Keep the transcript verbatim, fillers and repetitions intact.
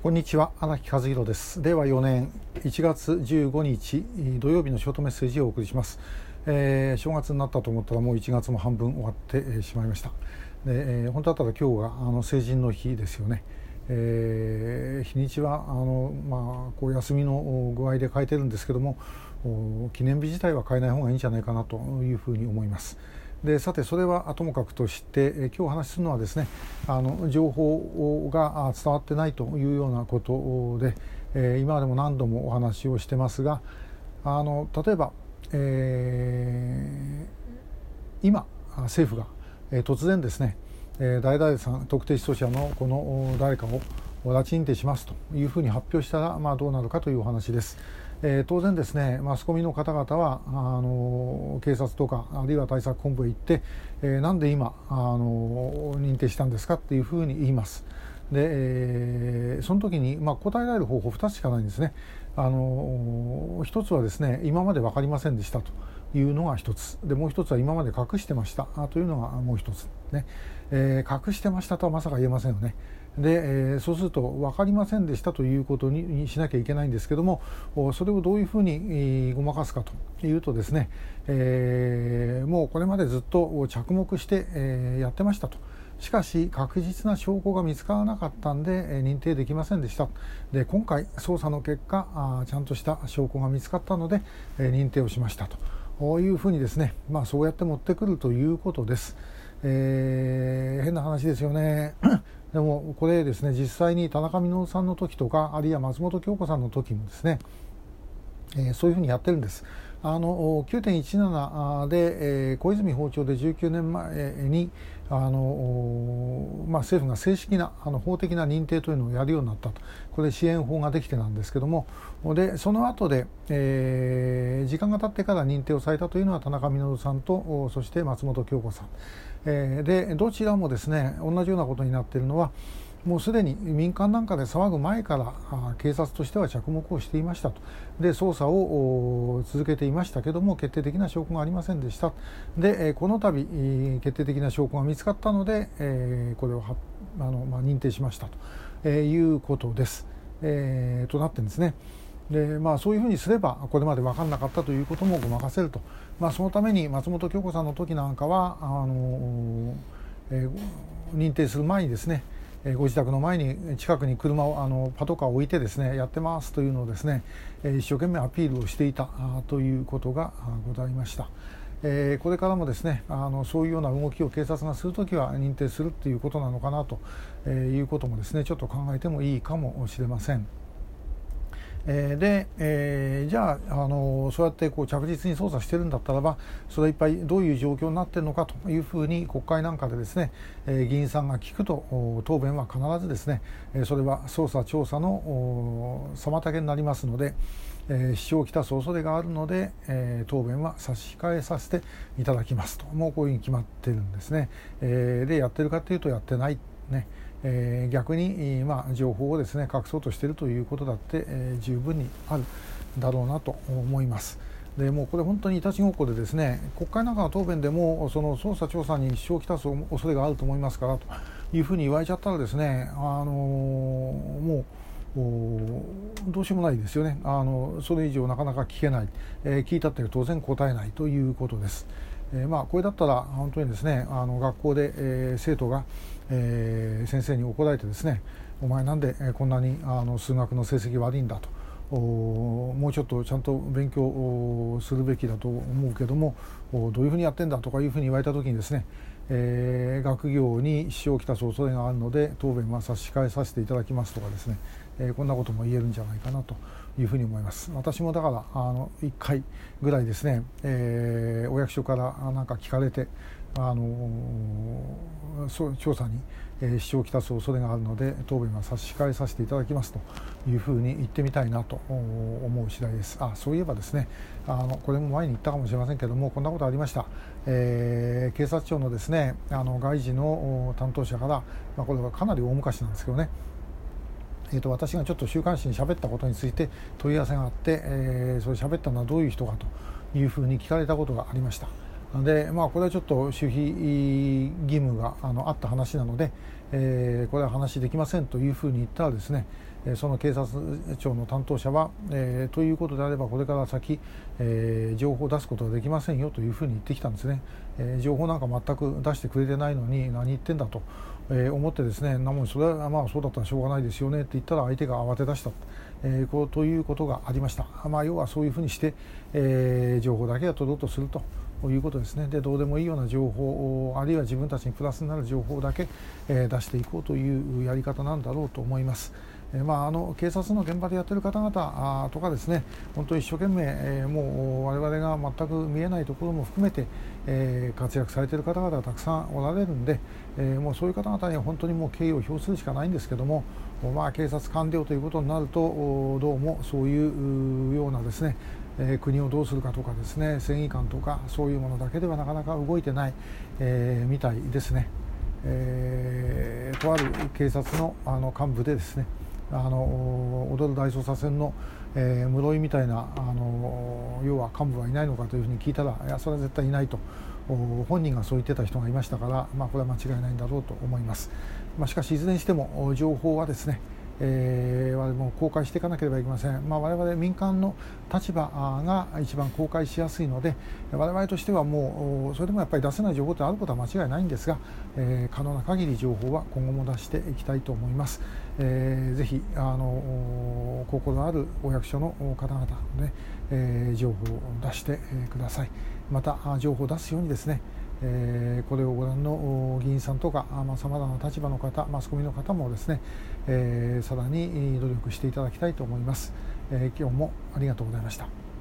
こんにちは、荒木和弘です。れいわよねんいちがつじゅうごにち土曜日のショートメッセージをお送りします。えー、正月になったと思ったらもういちがつも半分終わってしまいました。で、えー、本当だったら今日があの成人の日ですよね。えー、日にちはあの、まあ、こう休みの具合で変えてるんですけども、記念日自体は変えない方がいいんじゃないかなというふうに思います。でさてそれはともかくとして、え今日お話しするのはですね、あの情報が伝わってないというようなことで、えー、今までも何度もお話をしてますが、あの例えば、えー、今政府が、えー、突然ですね、えー、誰々さん特定失踪者のこの誰かを拉致認定しますというふうに発表したら、まあ、どうなるかというお話です。えー、当然ですね、マスコミの方々はあの警察とかあるいは対策本部へ行って、えー、なんで今あの認定したんですかっていうふうに言います。で、えー、その時に、まあ、答えられる方法ふたつしかないんですね。あの一つはですね、今まで分かりませんでしたというのが一つで、もう一つは今まで隠してましたというのがもう一つね。えー、隠してましたとはまさか言えませんよね。で、えー、そうすると分かりませんでしたということにしなきゃいけないんですけども、それをどういうふうに、えー、ごまかすかというとですね、えー、もうこれまでずっと着目して、えー、やってましたと。しかし確実な証拠が見つからなかったんで、えー、認定できませんでした。で今回捜査の結果あちゃんとした証拠が見つかったので、えー、認定をしましたとこういうふうにですね、まあ、そうやって持ってくるということです。えー、変な話ですよね。でもこれですね、実際に田中稔さんの時とかあるいは松本京子さんの時もですね、えー、そういうふうにやってるんです。あの きゅうてんいちなな で、えー、小泉訪朝でじゅうきゅうねんまえにあの、まあ、政府が正式なあの法的な認定というのをやるようになったと。これ支援法ができてなんですけども、でその後で、えー、時間が経ってから認定をされたというのは田中稔さんとそして松本京子さん、えー、でどちらもですね同じようなことになっているのは、もうすでに民間なんかで騒ぐ前から警察としては着目をしていましたと。で捜査を続けていましたけども決定的な証拠がありませんでした。でこの度決定的な証拠が見つかったので、えー、これをあの、まあ、認定しましたということです、えー、となってるんですね。でまあ、そういうふうにすればこれまで分からなかったということもごまかせると。まあ、そのために松本京子さんの時なんかはあの、えー、認定する前にですね、ご自宅の前に近くに車をあのパトカーを置いてですねやってますというのをですね一生懸命アピールをしていたということがございました。えー、これからもですねあのそういうような動きを警察がするときは認定するということなのかなということもですねちょっと考えてもいいかもしれません。えー、で、えー、じゃあ、あのそうやってこう着実に捜査してるんだったらば、それいっぱいどういう状況になっているのかというふうに国会なんかでですね、えー、議員さんが聞くと答弁は必ずですね、それは捜査調査の妨げになりますので、えー、支障をきたす恐れがあるので、えー、答弁は差し控えさせていただきますと、もうこういうふうに決まってるんですね。えー、でやってるかというとやってないね。えー、逆に、まあ、情報をですね隠そうとしているということだって、えー、十分にあるだろうなと思います。でもうこれ本当にいたちごっこでですね、国会なんかの答弁でもその捜査調査に支障をきたす恐れがあると思いますからというふうに言われちゃったらですね、あのー、もうどうしようもないですよね。あのそれ以上なかなか聞けない、えー、聞いたって当然答えないということです。えー、まあこれだったら本当にですねあの学校で、えー、生徒がえー、先生に怒られてですね、お前なんでこんなにあの数学の成績悪いんだと、もうちょっとちゃんと勉強するべきだと思うけどもどういうふうにやってんだとかいうふうに言われた時にですね、えー、学業に支障をきたす恐れがあるので答弁は差し控えさせていただきますとかですね、えー、こんなことも言えるんじゃないかなというふうに思います。私もだからあのいっかいぐらいですね、えー、お役所からなんか聞かれてあのそう調査に、えー、支障をきたす恐れがあるので答弁は差し控えさせていただきますというふうに言ってみたいなと思う次第です。あ、そういえばですね、あのこれも前に言ったかもしれませんけども、こんなことありました。えー、警察庁のですねあの外事の担当者から、まあ、これはかなり大昔なんですけどね、えー、と私がちょっと週刊誌に喋ったことについて問い合わせがあって、えー、それ喋ったのはどういう人かというふうに聞かれたことがありました。でまあ、これはちょっと守秘義務が あのあった話なので、えー、これは話できませんというふうに言ったらですね、 その警察庁の担当者は、えー、ということであればこれから先、えー、情報を出すことはできませんよというふうに言ってきたんですね。えー、情報なんか全く出してくれてないのに何言ってんだと、えー、思ってですね、なもんそれはまあそうだったらしょうがないですよねって言ったら相手が慌て出した、えー、こうということがありました。まあ、要はそういうふうにして、えー、情報だけが取ろうとするということですね。で、どうでもいいような情報、あるいは自分たちにプラスになる情報だけ、えー、出していこうというやり方なんだろうと思います。えーまあ、あの警察の現場でやっている方々とかですね、本当に一生懸命、えー、もう我々が全く見えないところも含めて、えー、活躍されている方々がたくさんおられるんで、えー、もうそういう方々には本当にもう敬意を表するしかないんですけども、まあ、警察官僚ということになるとどうもそういうようなですね、えー、国をどうするかとかですね、正義感とかそういうものだけではなかなか動いてない、えー、みたいですね。えー、とある警察の、あの幹部でですね、あの踊る大捜査線の、えー、室井みたいなあの要は幹部はいないのかというふうに聞いたら、いやそれは絶対いないと本人がそう言ってた人がいましたから、まあ、これは間違いないんだろうと思います。まあ、しかしいずれにしても情報はですね、えー、我々も公開していかなければいけません。まあ、我々民間の立場が一番公開しやすいので、我々としてはもうそれでもやっぱり出せない情報ってあることは間違いないんですが、えー、可能な限り情報は今後も出していきたいと思います。えー、ぜひあの心あるお役所の方々のね、えー、情報を出してください。また情報を出すようにですね、えー、これをご覧の議員さんとかさまざまな立場の方、マスコミの方もですね、えー、さらに努力していただきたいと思います。えー、今日もありがとうございました。